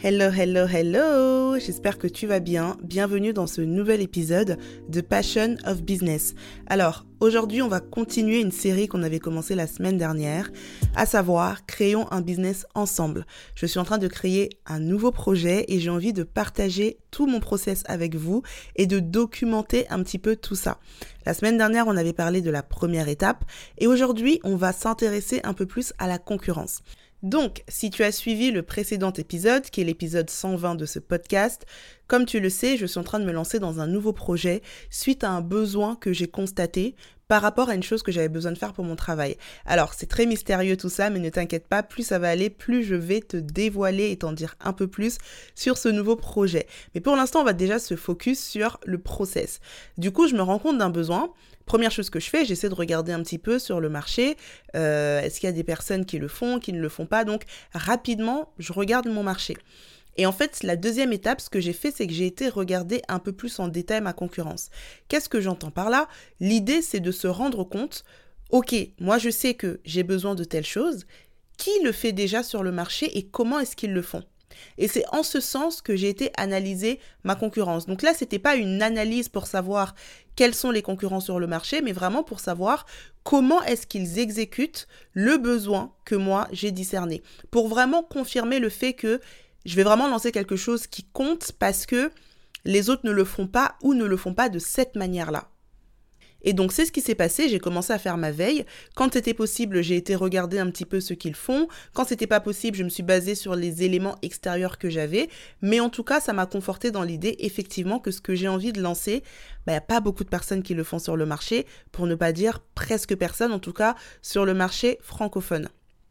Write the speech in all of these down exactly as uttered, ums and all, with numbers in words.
Hello, hello, hello! J'espère que tu vas bien. Bienvenue dans ce nouvel épisode de Passion of Business. Alors, aujourd'hui, on va continuer une série qu'on avait commencée la semaine dernière, à savoir, créons un business ensemble. Je suis en train de créer un nouveau projet et j'ai envie de partager tout mon process avec vous et de documenter un petit peu tout ça. La semaine dernière, on avait parlé de la première étape et aujourd'hui, on va s'intéresser un peu plus à la concurrence. Donc, si tu as suivi le précédent épisode, qui est l'épisode cent vingt de ce podcast, comme tu le sais, je suis en train de me lancer dans un nouveau projet suite à un besoin que j'ai constaté par rapport à une chose que j'avais besoin de faire pour mon travail. Alors, c'est très mystérieux tout ça, mais ne t'inquiète pas, plus ça va aller, plus je vais te dévoiler et t'en dire un peu plus sur ce nouveau projet. Mais pour l'instant, on va déjà se focus sur le process. Du coup, je me rends compte d'un besoin. Première chose que je fais, j'essaie de regarder un petit peu sur le marché. Euh, est-ce qu'il y a des personnes qui le font, qui ne le font pas? Donc, rapidement, je regarde mon marché. Et en fait, la deuxième étape, ce que j'ai fait, c'est que j'ai été regarder un peu plus en détail ma concurrence. Qu'est-ce que j'entends par là? L'idée, c'est de se rendre compte, ok, moi je sais que j'ai besoin de telle chose, qui le fait déjà sur le marché et comment est-ce qu'ils le font? Et c'est en ce sens que j'ai été analyser ma concurrence. Donc là, c'était pas une analyse pour savoir quels sont les concurrents sur le marché, mais vraiment pour savoir comment est-ce qu'ils exécutent le besoin que moi j'ai discerné. Pour vraiment confirmer le fait que je vais vraiment lancer quelque chose qui compte parce que les autres ne le font pas ou ne le font pas de cette manière-là. Et donc, c'est ce qui s'est passé. J'ai commencé à faire ma veille. Quand c'était possible, j'ai été regarder un petit peu ce qu'ils font. Quand c'était pas possible, je me suis basée sur les éléments extérieurs que j'avais. Mais en tout cas, ça m'a confortée dans l'idée, effectivement, que ce que j'ai envie de lancer, bah, y a pas beaucoup de personnes qui le font sur le marché, pour ne pas dire presque personne, en tout cas, sur le marché francophone.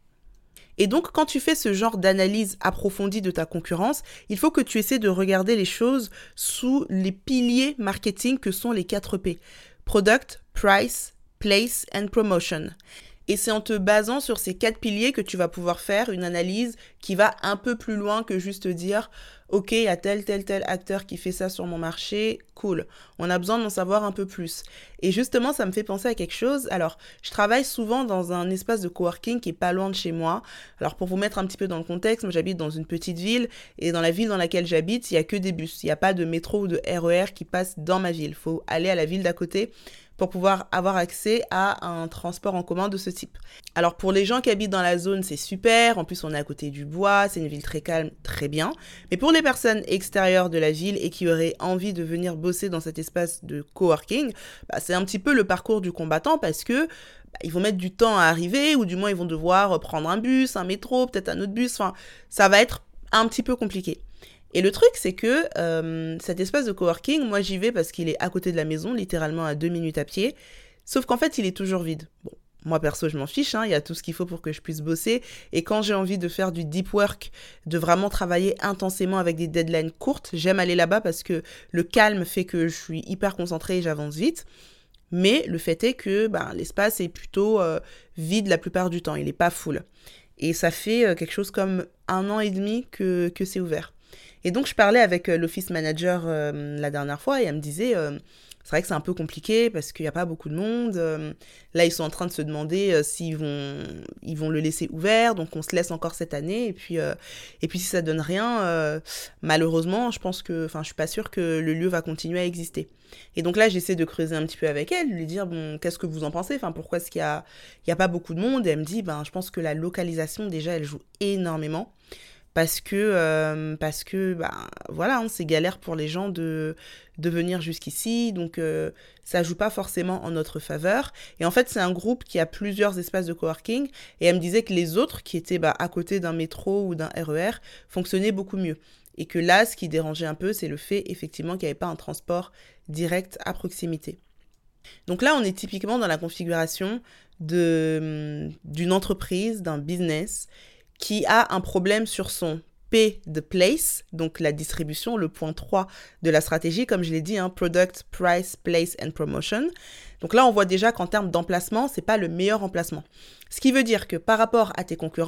Et donc, quand tu fais ce genre d'analyse approfondie de ta concurrence, il faut que tu essaies de regarder les choses sous les piliers marketing que sont les quatre P. Product, Price, Place and Promotion. Et c'est en te basant sur ces quatre piliers que tu vas pouvoir faire une analyse qui va un peu plus loin que juste dire « Ok, il y a tel, tel, tel acteur qui fait ça sur mon marché, cool. On a besoin d'en savoir un peu plus. » Et justement, ça me fait penser à quelque chose. Alors, je travaille souvent dans un espace de coworking qui est pas loin de chez moi. Alors, pour vous mettre un petit peu dans le contexte, moi j'habite dans une petite ville et dans la ville dans laquelle j'habite, il y a que des bus. Il n'y a pas de métro ou de R E R qui passe dans ma ville. Il faut aller à la ville d'à côté pour pouvoir avoir accès à un transport en commun de ce type. Alors pour les gens qui habitent dans la zone, c'est super, en plus on est à côté du bois, c'est une ville très calme, très bien. Mais pour les personnes extérieures de la ville et qui auraient envie de venir bosser dans cet espace de coworking, bah, c'est un petit peu le parcours du combattant parce que bah, ils vont mettre du temps à arriver ou du moins ils vont devoir prendre un bus, un métro, peut-être un autre bus, enfin ça va être un petit peu compliqué. Et le truc, c'est que euh, cet espace de coworking, moi j'y vais parce qu'il est à côté de la maison, littéralement à deux minutes à pied, sauf qu'en fait il est toujours vide. Bon, moi perso je m'en fiche, hein, il y a tout ce qu'il faut pour que je puisse bosser, et quand j'ai envie de faire du deep work, de vraiment travailler intensément avec des deadlines courtes, j'aime aller là-bas parce que le calme fait que je suis hyper concentrée et j'avance vite. Mais le fait est que ben, l'espace est plutôt euh, vide la plupart du temps, il n'est pas full. Et ça fait euh, quelque chose comme un an et demi que, que c'est ouvert. Et donc, je parlais avec euh, l'office manager euh, la dernière fois et elle me disait, euh, c'est vrai que c'est un peu compliqué parce qu'il n'y a pas beaucoup de monde. Euh, là, ils sont en train de se demander euh, s'ils vont, ils vont le laisser ouvert. Donc, on se laisse encore cette année. Et puis, euh, et puis si ça donne rien, euh, malheureusement, je pense que, enfin, je suis pas sûre que le lieu va continuer à exister. Et donc là, j'essaie de creuser un petit peu avec elle, lui dire, bon, qu'est-ce que vous en pensez? Enfin, pourquoi est-ce qu'il y a, il y a pas beaucoup de monde? Et elle me dit, ben, je pense que la localisation, déjà, elle joue énormément. Parce que, euh, parce que bah, voilà, hein, c'est galère pour les gens de, de venir jusqu'ici, donc euh, ça joue pas forcément en notre faveur. Et en fait, c'est un groupe qui a plusieurs espaces de coworking, et elle me disait que les autres, qui étaient bah, à côté d'un métro ou d'un R E R, fonctionnaient beaucoup mieux. Et que là, ce qui dérangeait un peu, c'est le fait, effectivement, qu'il n'y avait pas un transport direct à proximité. Donc là, on est typiquement dans la configuration de, d'une entreprise, d'un business, qui a un problème sur son P de place, donc la distribution, le point trois de la stratégie, comme je l'ai dit, hein, Product, Price, Place and Promotion. Donc là, on voit déjà qu'en termes d'emplacement, c'est pas le meilleur emplacement. Ce qui veut dire que par rapport à tes concurrents,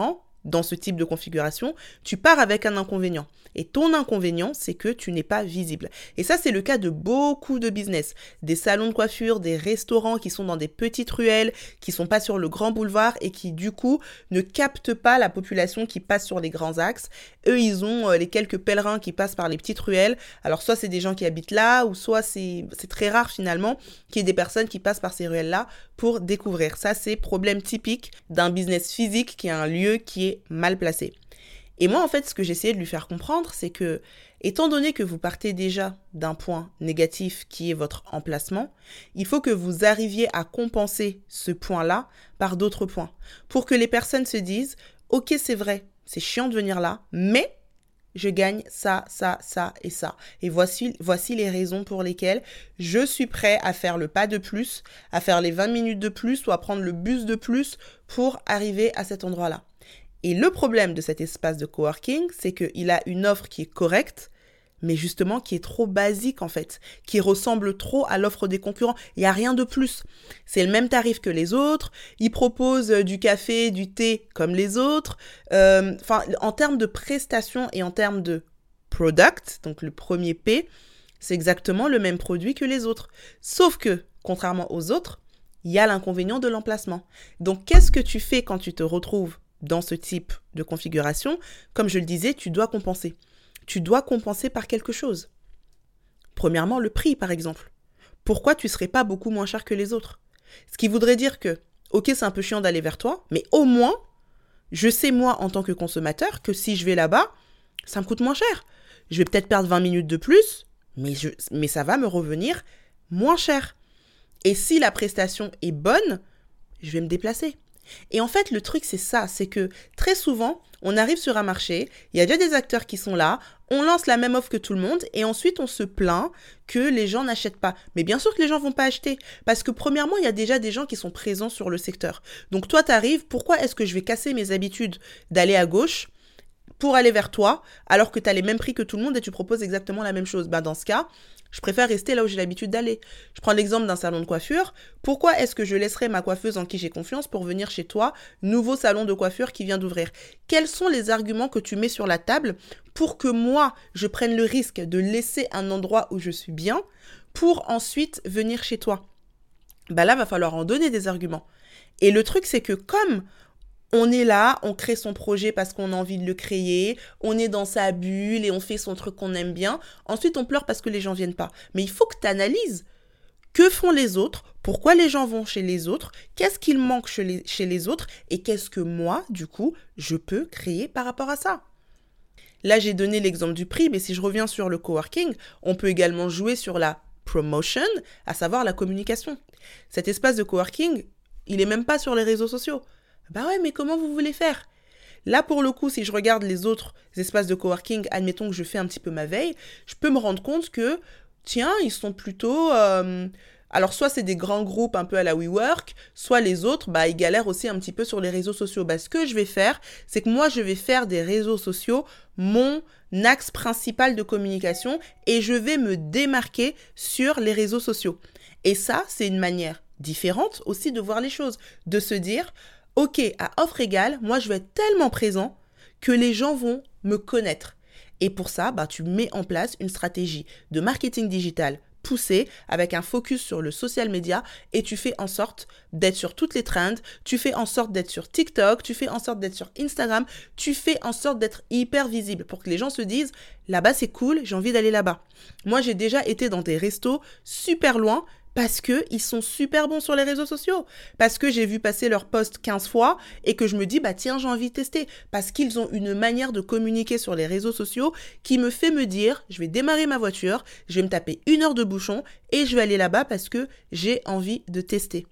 dans ce type de configuration, tu pars avec un inconvénient. Et ton inconvénient, c'est que tu n'es pas visible. Et ça, c'est le cas de beaucoup de business. Des salons de coiffure, des restaurants qui sont dans des petites ruelles, qui sont pas sur le grand boulevard et qui, du coup, ne captent pas la population qui passe sur les grands axes. Eux, ils ont euh, les quelques pèlerins qui passent par les petites ruelles. Alors, soit c'est des gens qui habitent là, ou soit c'est, c'est très rare, finalement, qu'il y ait des personnes qui passent par ces ruelles-là pour découvrir. Ça, c'est problème typique d'un business physique qui est un lieu qui est mal placé. Et moi, en fait, ce que j'essayais de lui faire comprendre, c'est que, étant donné que vous partez déjà d'un point négatif qui est votre emplacement, il faut que vous arriviez à compenser ce point-là par d'autres points. Pour que les personnes se disent, ok, c'est vrai, c'est chiant de venir là, mais je gagne ça, ça, ça et ça. Et voici, voici les raisons pour lesquelles je suis prêt à faire le pas de plus, à faire les vingt minutes de plus ou à prendre le bus de plus pour arriver à cet endroit-là. Et le problème de cet espace de coworking, c'est qu'il a une offre qui est correcte, mais justement qui est trop basique en fait, qui ressemble trop à l'offre des concurrents. Il n'y a rien de plus. C'est le même tarif que les autres, il propose du café, du thé comme les autres. Euh, enfin, en termes de prestations et en termes de product, donc le premier P, c'est exactement le même produit que les autres. Sauf que, contrairement aux autres, il y a l'inconvénient de l'emplacement. Donc, qu'est-ce que tu fais quand tu te retrouves dans ce type de configuration? Comme je le disais, tu dois compenser. Tu dois compenser par quelque chose. Premièrement, le prix, par exemple. Pourquoi tu ne serais pas beaucoup moins cher que les autres? Ce qui voudrait dire que, ok, c'est un peu chiant d'aller vers toi, mais au moins, je sais moi, en tant que consommateur, que si je vais là-bas, ça me coûte moins cher. Je vais peut-être perdre vingt minutes de plus, mais, je, mais ça va me revenir moins cher. Et si la prestation est bonne, je vais me déplacer. Et en fait, le truc, c'est ça, c'est que très souvent, on arrive sur un marché, il y a déjà des acteurs qui sont là, on lance la même offre que tout le monde et ensuite on se plaint que les gens n'achètent pas. Mais bien sûr que les gens vont pas acheter parce que premièrement, il y a déjà des gens qui sont présents sur le secteur. Donc toi, tu arrives, pourquoi est-ce que je vais casser mes habitudes d'aller à gauche pour aller vers toi alors que tu as les mêmes prix que tout le monde et tu proposes exactement la même chose? Ben, dans ce cas, je préfère rester là où j'ai l'habitude d'aller. Je prends l'exemple d'un salon de coiffure. Pourquoi est-ce que je laisserai ma coiffeuse en qui j'ai confiance pour venir chez toi, nouveau salon de coiffure qui vient d'ouvrir? Quels sont les arguments que tu mets sur la table pour que moi, je prenne le risque de laisser un endroit où je suis bien pour ensuite venir chez toi? Bah là, va falloir en donner des arguments. Et le truc, c'est que comme on est là, on crée son projet parce qu'on a envie de le créer, on est dans sa bulle et on fait son truc qu'on aime bien. Ensuite, on pleure parce que les gens viennent pas. Mais il faut que tu analyses. Que font les autres? Pourquoi les gens vont chez les autres? Qu'est-ce qu'il manque chez les, chez les autres? Et qu'est-ce que moi, du coup, je peux créer par rapport à ça? Là, j'ai donné l'exemple du prix, mais si je reviens sur le coworking, on peut également jouer sur la promotion, à savoir la communication. Cet espace de coworking, il est même pas sur les réseaux sociaux. Bah ouais, mais comment vous voulez faire? Là, pour le coup, si je regarde les autres espaces de coworking, admettons que je fais un petit peu ma veille, je peux me rendre compte que, tiens, ils sont plutôt... Euh... Alors, soit c'est des grands groupes un peu à la WeWork, soit les autres, bah, ils galèrent aussi un petit peu sur les réseaux sociaux. Bah, ce que je vais faire, c'est que moi, je vais faire des réseaux sociaux mon axe principal de communication et je vais me démarquer sur les réseaux sociaux. Et ça, c'est une manière différente aussi de voir les choses, de se dire... Ok, à offre égale, moi je vais être tellement présent que les gens vont me connaître. Et pour ça, bah, tu mets en place une stratégie de marketing digital poussée avec un focus sur le social media et tu fais en sorte d'être sur toutes les trends, tu fais en sorte d'être sur TikTok, tu fais en sorte d'être sur Instagram, tu fais en sorte d'être hyper visible pour que les gens se disent là-bas c'est cool, j'ai envie d'aller là-bas. Moi j'ai déjà été dans des restos super loin parce qu'ils sont super bons sur les réseaux sociaux, parce que j'ai vu passer leurs posts quinze fois et que je me dis, bah tiens, j'ai envie de tester, parce qu'ils ont une manière de communiquer sur les réseaux sociaux qui me fait me dire, je vais démarrer ma voiture, je vais me taper une heure de bouchon et je vais aller là-bas parce que j'ai envie de tester.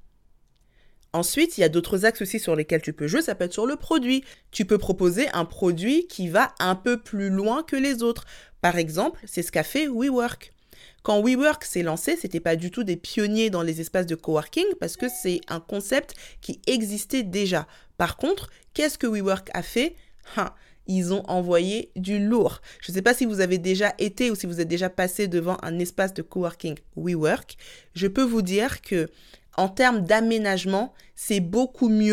Ensuite, il y a d'autres axes aussi sur lesquels tu peux jouer, ça peut être sur le produit. Tu peux proposer un produit qui va un peu plus loin que les autres. Par exemple, c'est ce qu'a fait WeWork. Quand WeWork s'est lancé, c'était pas du tout des pionniers dans les espaces de coworking parce que c'est un concept qui existait déjà. Par contre, qu'est-ce que WeWork a fait? Hein, ils ont envoyé du lourd. Je ne sais pas si vous avez déjà été ou si vous êtes déjà passé devant un espace de coworking WeWork. Je peux vous dire que en termes d'aménagement, c'est beaucoup mieux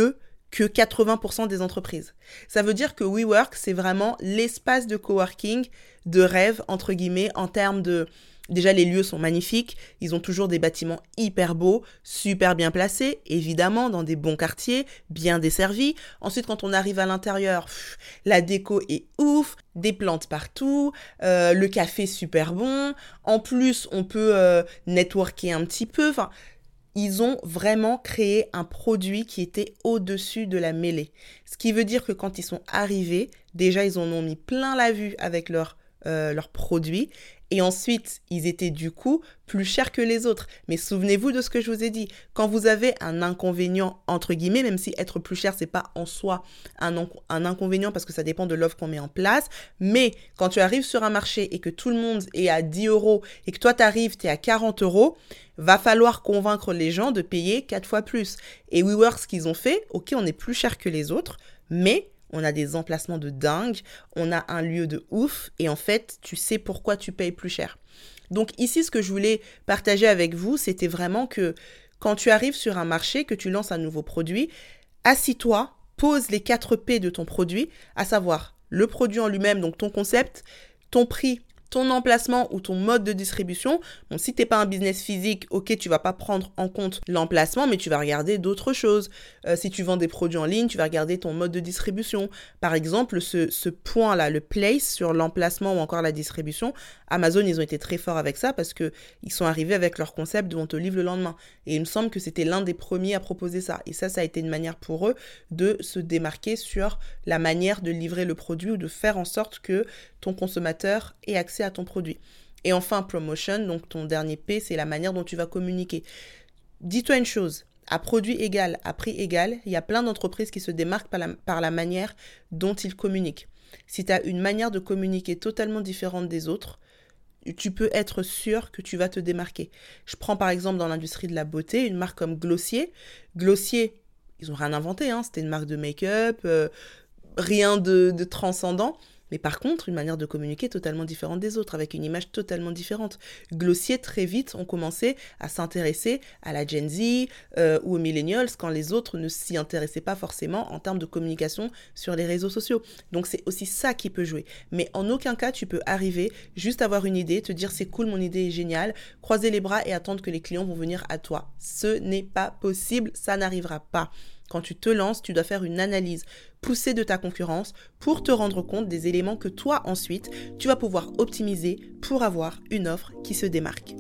que quatre-vingts pour cent des entreprises. Ça veut dire que WeWork, c'est vraiment l'espace de coworking de rêve, entre guillemets, en termes de... Déjà, les lieux sont magnifiques, ils ont toujours des bâtiments hyper beaux, super bien placés, évidemment, dans des bons quartiers, bien desservis. Ensuite, quand on arrive à l'intérieur, pff, la déco est ouf, des plantes partout, euh, le café super bon. En plus, on peut euh, networker un petit peu. Enfin, ils ont vraiment créé un produit qui était au-dessus de la mêlée. Ce qui veut dire que quand ils sont arrivés, déjà, ils en ont mis plein la vue avec leurs euh, leurs produits. Et ensuite, ils étaient du coup plus chers que les autres. Mais souvenez-vous de ce que je vous ai dit. Quand vous avez un inconvénient, entre guillemets, même si être plus cher, c'est pas en soi un, en- un inconvénient parce que ça dépend de l'offre qu'on met en place. Mais quand tu arrives sur un marché et que tout le monde est à dix euros et que toi, tu arrives, tu es à quarante euros, va falloir convaincre les gens de payer quatre fois plus. Et WeWork, ce qu'ils ont fait, ok, on est plus cher que les autres, mais... on a des emplacements de dingue, on a un lieu de ouf et en fait, tu sais pourquoi tu payes plus cher. Donc ici, ce que je voulais partager avec vous, c'était vraiment que quand tu arrives sur un marché, que tu lances un nouveau produit, assis-toi, pose les quatre P de ton produit, à savoir le produit en lui-même, donc ton concept, ton prix, ton emplacement ou ton mode de distribution. Bon, si tu n'es pas un business physique, ok, tu vas pas prendre en compte l'emplacement, mais tu vas regarder d'autres choses. Euh, si tu vends des produits en ligne, tu vas regarder ton mode de distribution. Par exemple, ce, ce point-là, le place sur l'emplacement ou encore la distribution, Amazon, ils ont été très forts avec ça parce qu'ils sont arrivés avec leur concept de on te livre le lendemain. Et il me semble que c'était l'un des premiers à proposer ça. Et ça, ça a été une manière pour eux de se démarquer sur la manière de livrer le produit ou de faire en sorte que ton consommateur ait accès à ton produit. Et enfin, promotion, donc ton dernier P, c'est la manière dont tu vas communiquer. Dis-toi une chose, à produit égal, à prix égal, il y a plein d'entreprises qui se démarquent par la, par la manière dont ils communiquent. Si tu as une manière de communiquer totalement différente des autres, tu peux être sûr que tu vas te démarquer. Je prends par exemple dans l'industrie de la beauté, une marque comme Glossier. Glossier, ils n'ont rien inventé, hein, c'était une marque de make-up, euh, rien de, de transcendant. Mais par contre, une manière de communiquer totalement différente des autres, avec une image totalement différente. Glossier, très vite, ont commencé à s'intéresser à la Gen Z euh, ou aux millennials quand les autres ne s'y intéressaient pas forcément en termes de communication sur les réseaux sociaux. Donc c'est aussi ça qui peut jouer. Mais en aucun cas, tu peux arriver, juste avoir une idée, te dire c'est cool, mon idée est géniale, croiser les bras et attendre que les clients vont venir à toi. Ce n'est pas possible, ça n'arrivera pas. Quand tu te lances, tu dois faire une analyse poussée de ta concurrence pour te rendre compte des éléments que toi, ensuite, tu vas pouvoir optimiser pour avoir une offre qui se démarque.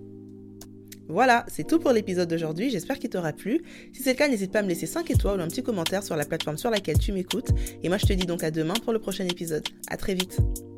Voilà, c'est tout pour l'épisode d'aujourd'hui, j'espère qu'il t'aura plu. Si c'est le cas, n'hésite pas à me laisser cinq étoiles ou un petit commentaire sur la plateforme sur laquelle tu m'écoutes. Et moi, je te dis donc à demain pour le prochain épisode. À très vite.